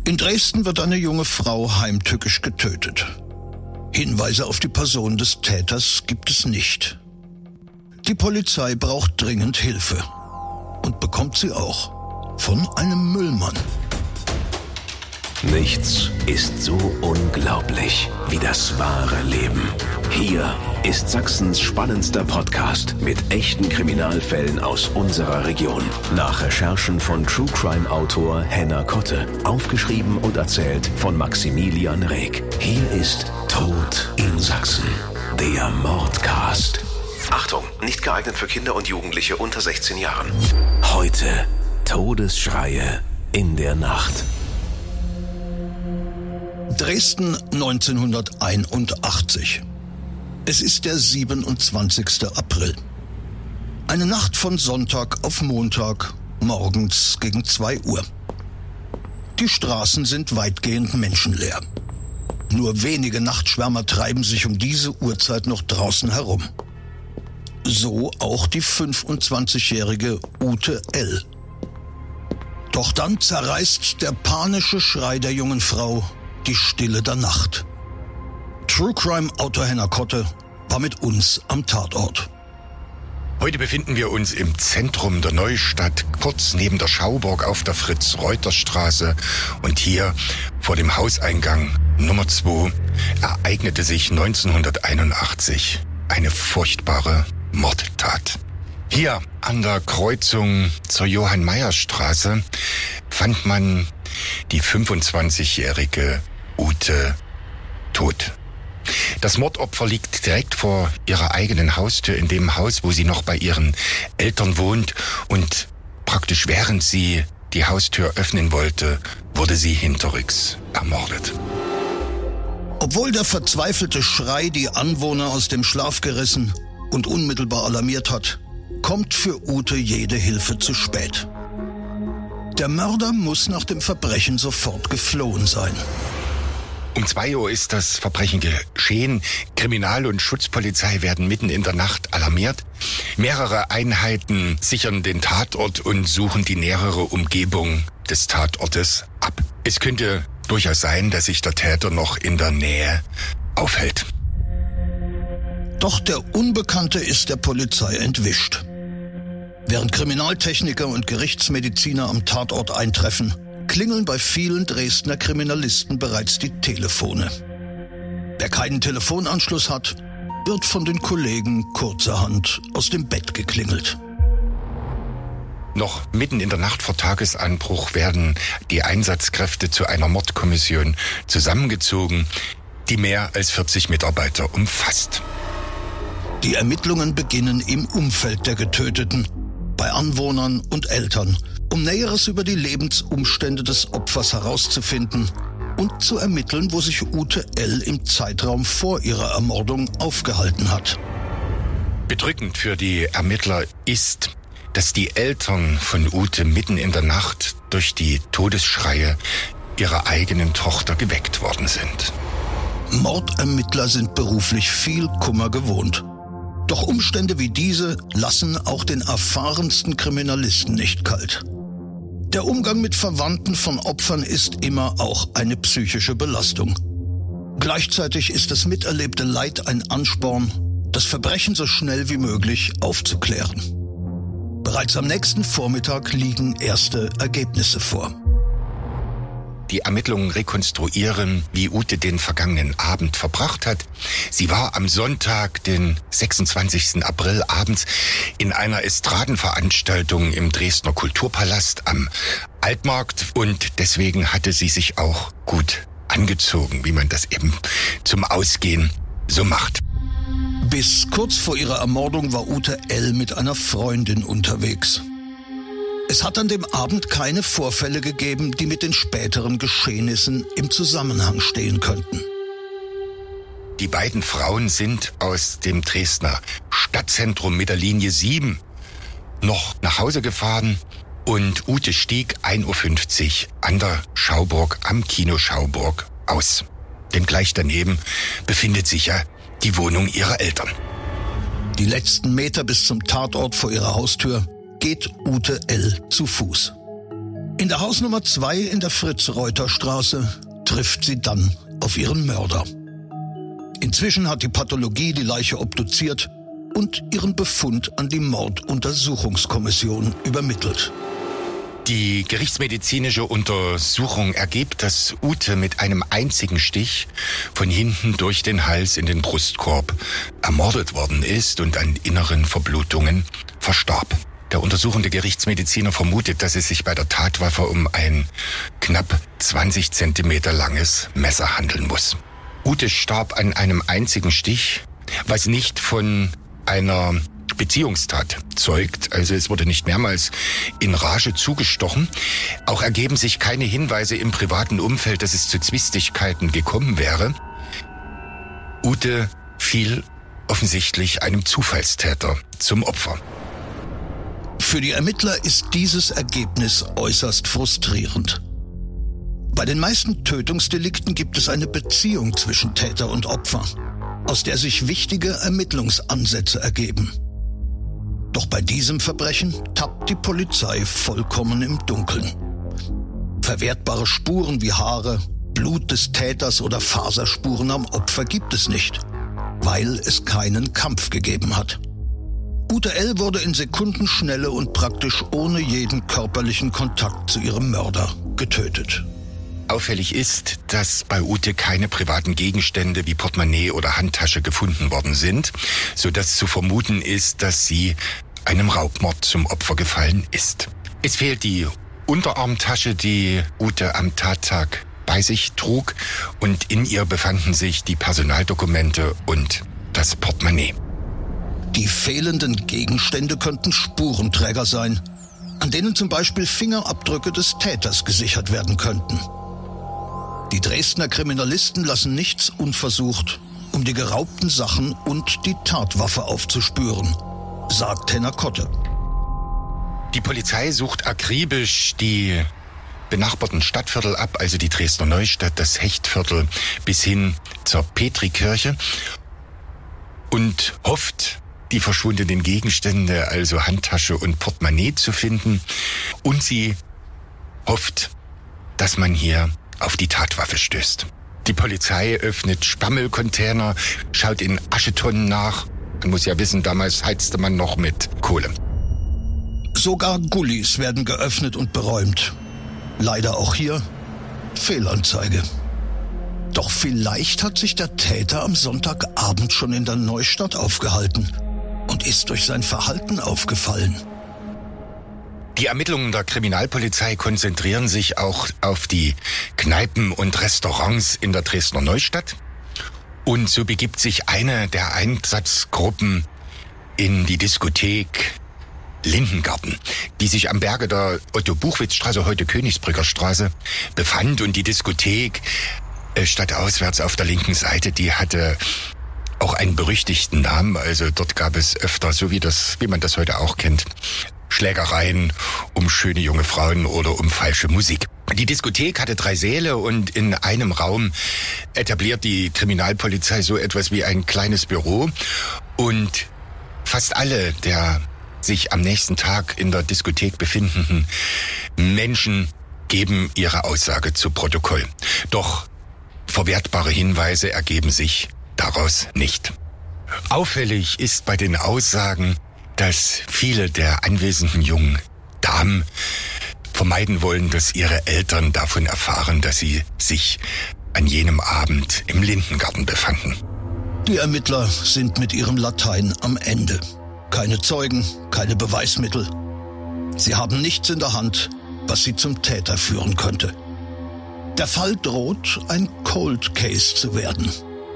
In Dresden wird eine junge Frau heimtückisch getötet. Hinweise auf die Person des Täters gibt es nicht. Die Polizei braucht dringend Hilfe und bekommt sie auch von einem Müllmann. Nichts ist so unglaublich wie das wahre Leben. Hier ist Sachsens spannendster Podcast mit echten Kriminalfällen aus unserer Region. Nach Recherchen von True Crime Autor Henner Kotte. Aufgeschrieben und erzählt von Maximilian Reg. Hier ist Tod in Sachsen, der Mordcast. Achtung, nicht geeignet für Kinder und Jugendliche unter 16 Jahren. Heute Todesschreie in der Nacht. Dresden 1981. Es ist der 27. April. Eine Nacht von Sonntag auf Montag, morgens gegen 2 Uhr. Die Straßen sind weitgehend menschenleer. Nur wenige Nachtschwärmer treiben sich um diese Uhrzeit noch draußen herum. So auch die 25-jährige Ute L. Doch dann zerreißt der panische Schrei der jungen Frau die Stille der Nacht. True Crime Autor Henner Kotte war mit uns am Tatort. Heute befinden wir uns im Zentrum der Neustadt, kurz neben der Schauburg auf der Fritz-Reuter-Straße. Und hier vor dem Hauseingang Nummer 2 ereignete sich 1981 eine furchtbare Mordtat. Hier an der Kreuzung zur Johann-Meyer-Straße fand man die 25-jährige Ute tot. Das Mordopfer liegt direkt vor ihrer eigenen Haustür in dem Haus, wo sie noch bei ihren Eltern wohnt, und praktisch während sie die Haustür öffnen wollte, wurde sie hinterrücks ermordet. Obwohl der verzweifelte Schrei die Anwohner aus dem Schlaf gerissen und unmittelbar alarmiert hat, kommt für Ute jede Hilfe zu spät. Der Mörder muss nach dem Verbrechen sofort geflohen sein. Um 2 Uhr ist das Verbrechen geschehen. Kriminal- und Schutzpolizei werden mitten in der Nacht alarmiert. Mehrere Einheiten sichern den Tatort und suchen die nähere Umgebung des Tatortes ab. Es könnte durchaus sein, dass sich der Täter noch in der Nähe aufhält. Doch der Unbekannte ist der Polizei entwischt. Während Kriminaltechniker und Gerichtsmediziner am Tatort eintreffen, klingeln bei vielen Dresdner Kriminalisten bereits die Telefone. Wer keinen Telefonanschluss hat, wird von den Kollegen kurzerhand aus dem Bett geklingelt. Noch mitten in der Nacht vor Tagesanbruch werden die Einsatzkräfte zu einer Mordkommission zusammengezogen, die mehr als 40 Mitarbeiter umfasst. Die Ermittlungen beginnen im Umfeld der Getöteten, bei Anwohnern und Eltern, um Näheres über die Lebensumstände des Opfers herauszufinden und zu ermitteln, wo sich Ute L. im Zeitraum vor ihrer Ermordung aufgehalten hat. Bedrückend für die Ermittler ist, dass die Eltern von Ute mitten in der Nacht durch die Todesschreie ihrer eigenen Tochter geweckt worden sind. Mordermittler sind beruflich viel Kummer gewohnt. Doch Umstände wie diese lassen auch den erfahrensten Kriminalisten nicht kalt. Der Umgang mit Verwandten von Opfern ist immer auch eine psychische Belastung. Gleichzeitig ist das miterlebte Leid ein Ansporn, das Verbrechen so schnell wie möglich aufzuklären. Bereits am nächsten Vormittag liegen erste Ergebnisse vor. Die Ermittlungen rekonstruieren, wie Ute den vergangenen Abend verbracht hat. Sie war am Sonntag, den 26. April, abends in einer Estradenveranstaltung im Dresdner Kulturpalast am Altmarkt, und deswegen hatte sie sich auch gut angezogen, wie man das eben zum Ausgehen so macht. Bis kurz vor ihrer Ermordung war Ute L. mit einer Freundin unterwegs. Es hat an dem Abend keine Vorfälle gegeben, die mit den späteren Geschehnissen im Zusammenhang stehen könnten. Die beiden Frauen sind aus dem Dresdner Stadtzentrum mit der Linie 7 noch nach Hause gefahren, und Ute stieg 1.50 Uhr an der Schauburg, am Kino Schauburg, aus. Denn gleich daneben befindet sich ja die Wohnung ihrer Eltern. Die letzten Meter bis zum Tatort vor ihrer Haustür geht Ute L. zu Fuß. In der Hausnummer 2 in der Fritz-Reuter-Straße trifft sie dann auf ihren Mörder. Inzwischen hat die Pathologie die Leiche obduziert und ihren Befund an die Morduntersuchungskommission übermittelt. Die gerichtsmedizinische Untersuchung ergibt, dass Ute mit einem einzigen Stich von hinten durch den Hals in den Brustkorb ermordet worden ist und an inneren Verblutungen verstarb. Der untersuchende Gerichtsmediziner vermutet, dass es sich bei der Tatwaffe um ein knapp 20 Zentimeter langes Messer handeln muss. Ute starb an einem einzigen Stich, was nicht von einer Beziehungstat zeugt. Also es wurde nicht mehrmals in Rage zugestochen. Auch ergeben sich keine Hinweise im privaten Umfeld, dass es zu Zwistigkeiten gekommen wäre. Ute fiel offensichtlich einem Zufallstäter zum Opfer. Für die Ermittler ist dieses Ergebnis äußerst frustrierend. Bei den meisten Tötungsdelikten gibt es eine Beziehung zwischen Täter und Opfer, aus der sich wichtige Ermittlungsansätze ergeben. Doch bei diesem Verbrechen tappt die Polizei vollkommen im Dunkeln. Verwertbare Spuren wie Haare, Blut des Täters oder Faserspuren am Opfer gibt es nicht, weil es keinen Kampf gegeben hat. Ute L. wurde in Sekundenschnelle und praktisch ohne jeden körperlichen Kontakt zu ihrem Mörder getötet. Auffällig ist, dass bei Ute keine privaten Gegenstände wie Portemonnaie oder Handtasche gefunden worden sind, sodass zu vermuten ist, dass sie einem Raubmord zum Opfer gefallen ist. Es fehlt die Unterarmtasche, die Ute am Tattag bei sich trug, und in ihr befanden sich die Personaldokumente und das Portemonnaie. Die fehlenden Gegenstände könnten Spurenträger sein, an denen zum Beispiel Fingerabdrücke des Täters gesichert werden könnten. Die Dresdner Kriminalisten lassen nichts unversucht, um die geraubten Sachen und die Tatwaffe aufzuspüren, sagt Henner Kotte. Die Polizei sucht akribisch die benachbarten Stadtviertel ab, also die Dresdner Neustadt, das Hechtviertel bis hin zur Petrikirche, und hofft, die verschwundenen Gegenstände, also Handtasche und Portemonnaie, zu finden. Und sie hofft, dass man hier auf die Tatwaffe stößt. Die Polizei öffnet Spammelcontainer, schaut in Aschetonnen nach. Man muss ja wissen, damals heizte man noch mit Kohle. Sogar Gullis werden geöffnet und beräumt. Leider auch hier Fehlanzeige. Doch vielleicht hat sich der Täter am Sonntagabend schon in der Neustadt aufgehalten und ist durch sein Verhalten aufgefallen. Die Ermittlungen der Kriminalpolizei konzentrieren sich auch auf die Kneipen und Restaurants in der Dresdner Neustadt. Und so begibt sich eine der Einsatzgruppen in die Diskothek Lindengarten, die sich am Berge der Otto-Buchwitz-Straße, heute Königsbrücker Straße, befand. Und die Diskothek stadtauswärts auf der linken Seite, die hatte auch einen berüchtigten Namen. Also dort gab es öfter, so wie man das heute auch kennt, Schlägereien um schöne junge Frauen oder um falsche Musik. Die Diskothek hatte 3 Säle und in einem Raum etabliert die Kriminalpolizei so etwas wie ein kleines Büro. Und fast alle der sich am nächsten Tag in der Diskothek befindenden Menschen geben ihre Aussage zu Protokoll. Doch verwertbare Hinweise ergeben sich daraus nicht. Auffällig ist bei den Aussagen, dass viele der anwesenden jungen Damen vermeiden wollen, dass ihre Eltern davon erfahren, dass sie sich an jenem Abend im Lindengarten befanden. Die Ermittler sind mit ihrem Latein am Ende. Keine Zeugen, keine Beweismittel. Sie haben nichts in der Hand, was sie zum Täter führen könnte. Der Fall droht, ein Cold Case zu werden.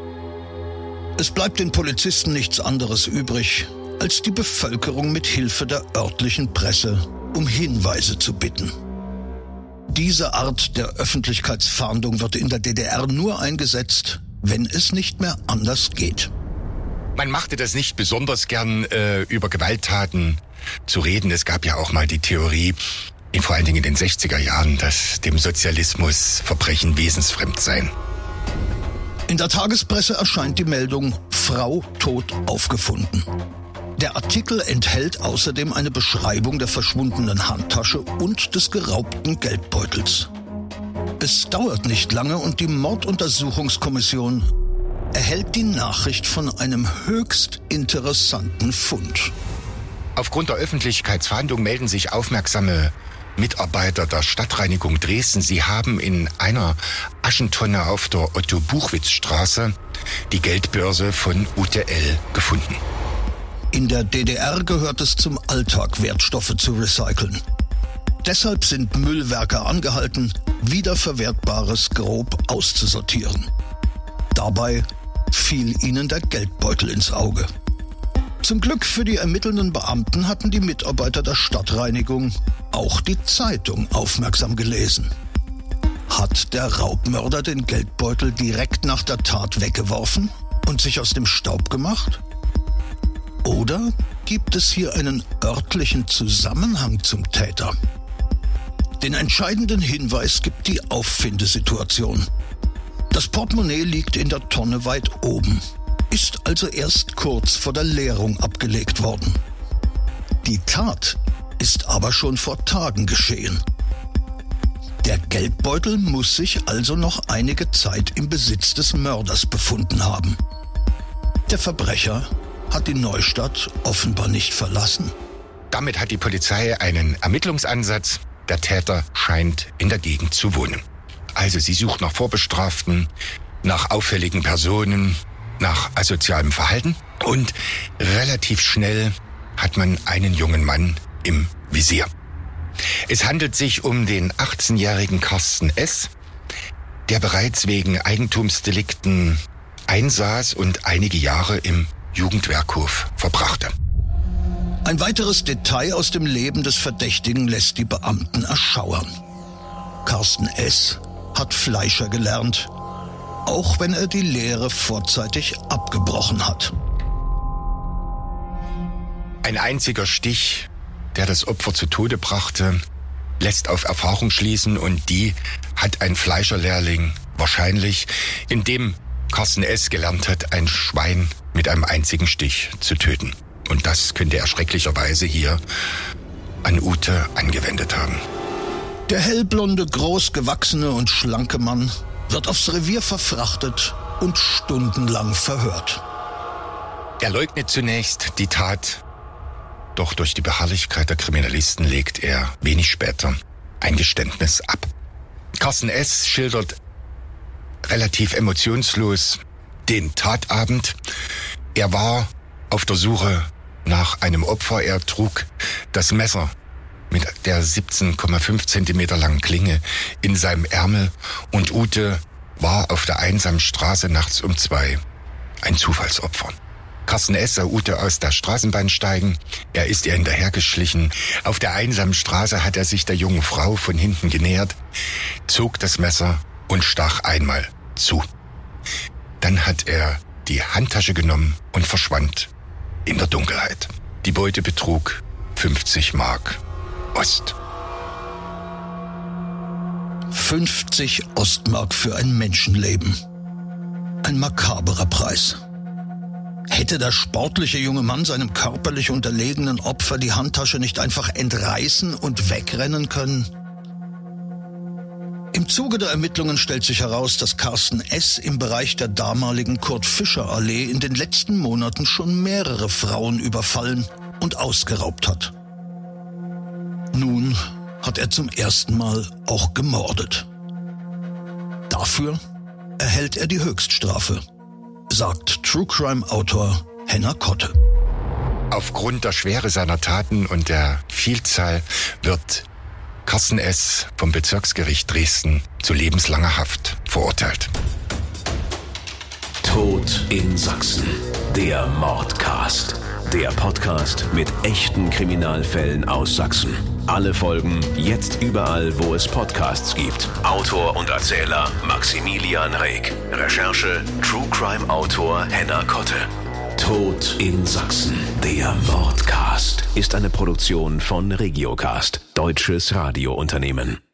Es bleibt den Polizisten nichts anderes übrig, als die Bevölkerung mit Hilfe der örtlichen Presse um Hinweise zu bitten. Diese Art der Öffentlichkeitsfahndung wird in der DDR nur eingesetzt, wenn es nicht mehr anders geht. Man machte das nicht besonders gern, über Gewalttaten zu reden. Es gab ja auch mal die Theorie, vor allen Dingen in den 60er Jahren, dass dem Sozialismus Verbrechen wesensfremd seien. In der Tagespresse erscheint die Meldung: Frau tot aufgefunden. Der Artikel enthält außerdem eine Beschreibung der verschwundenen Handtasche und des geraubten Geldbeutels. Es dauert nicht lange und die Morduntersuchungskommission erhält die Nachricht von einem höchst interessanten Fund. Aufgrund der Öffentlichkeitsverhandlung melden sich aufmerksame Mitarbeiter der Stadtreinigung Dresden. Sie haben in einer Aschentonne auf der Otto-Buchwitz-Straße die Geldbörse von Ute L. gefunden. In der DDR gehört es zum Alltag, Wertstoffe zu recyceln. Deshalb sind Müllwerker angehalten, Wiederverwertbares grob auszusortieren. Dabei fiel ihnen der Geldbeutel ins Auge. Zum Glück für die ermittelnden Beamten hatten die Mitarbeiter der Stadtreinigung auch die Zeitung aufmerksam gelesen. Hat der Raubmörder den Geldbeutel direkt nach der Tat weggeworfen und sich aus dem Staub gemacht? Oder gibt es hier einen örtlichen Zusammenhang zum Täter? Den entscheidenden Hinweis gibt die Auffindesituation. Das Portemonnaie liegt in der Tonne weit oben, ist also erst kurz vor der Leerung abgelegt worden. Die Tat ist aber schon vor Tagen geschehen. Der Geldbeutel muss sich also noch einige Zeit im Besitz des Mörders befunden haben. Der Verbrecher hat die Neustadt offenbar nicht verlassen. Damit hat die Polizei einen Ermittlungsansatz. Der Täter scheint in der Gegend zu wohnen. Also sie sucht nach Vorbestraften, nach auffälligen Personen, nach asozialem Verhalten. Und relativ schnell hat man einen jungen Mann im Visier. Es handelt sich um den 18-jährigen Carsten S., der bereits wegen Eigentumsdelikten einsaß und einige Jahre im Jugendwerkhof verbrachte. Ein weiteres Detail aus dem Leben des Verdächtigen lässt die Beamten erschauern. Carsten S. hat Fleischer gelernt, auch wenn er die Lehre vorzeitig abgebrochen hat. Ein einziger Stich, der das Opfer zu Tode brachte, lässt auf Erfahrung schließen und die hat ein Fleischerlehrling wahrscheinlich, indem Carsten S. gelernt hat, ein Schwein mit einem einzigen Stich zu töten. Und das könnte er schrecklicherweise hier an Ute angewendet haben. Der hellblonde, großgewachsene und schlanke Mann wird aufs Revier verfrachtet und stundenlang verhört. Er leugnet zunächst die Tat, doch durch die Beharrlichkeit der Kriminalisten legt er wenig später ein Geständnis ab. Carsten S. schildert relativ emotionslos den Tatabend. Er war auf der Suche nach einem Opfer. Er trug das Messer mit der 17,5 Zentimeter langen Klinge in seinem Ärmel und Ute war auf der einsamen Straße nachts um 2 ein Zufallsopfer. Carsten S. sah Ute aus der Straßenbahn steigen. Er ist ihr hinterhergeschlichen. Auf der einsamen Straße hat er sich der jungen Frau von hinten genähert, zog das Messer und stach einmal zu. Dann hat er die Handtasche genommen und verschwand in der Dunkelheit. Die Beute betrug 50 Mark Ost. 50 Ostmark für ein Menschenleben. Ein makaberer Preis. Hätte der sportliche junge Mann seinem körperlich unterlegenen Opfer die Handtasche nicht einfach entreißen und wegrennen können? Im Zuge der Ermittlungen stellt sich heraus, dass Carsten S. im Bereich der damaligen Kurt-Fischer-Allee in den letzten Monaten schon mehrere Frauen überfallen und ausgeraubt hat. Nun hat er zum ersten Mal auch gemordet. Dafür erhält er die Höchststrafe, sagt True-Crime-Autor Henner Kotte. Aufgrund der Schwere seiner Taten und der Vielzahl wird Carsten S. vom Bezirksgericht Dresden zu lebenslanger Haft verurteilt. Tod in Sachsen. Der Mordcast. Der Podcast mit echten Kriminalfällen aus Sachsen. Alle Folgen jetzt überall, wo es Podcasts gibt. Autor und Erzähler Maximilian Reg. Recherche True Crime Autor Henner Kotte. Tod in Sachsen. Der Mordcast ist eine Produktion von Regiocast, deutsches Radiounternehmen.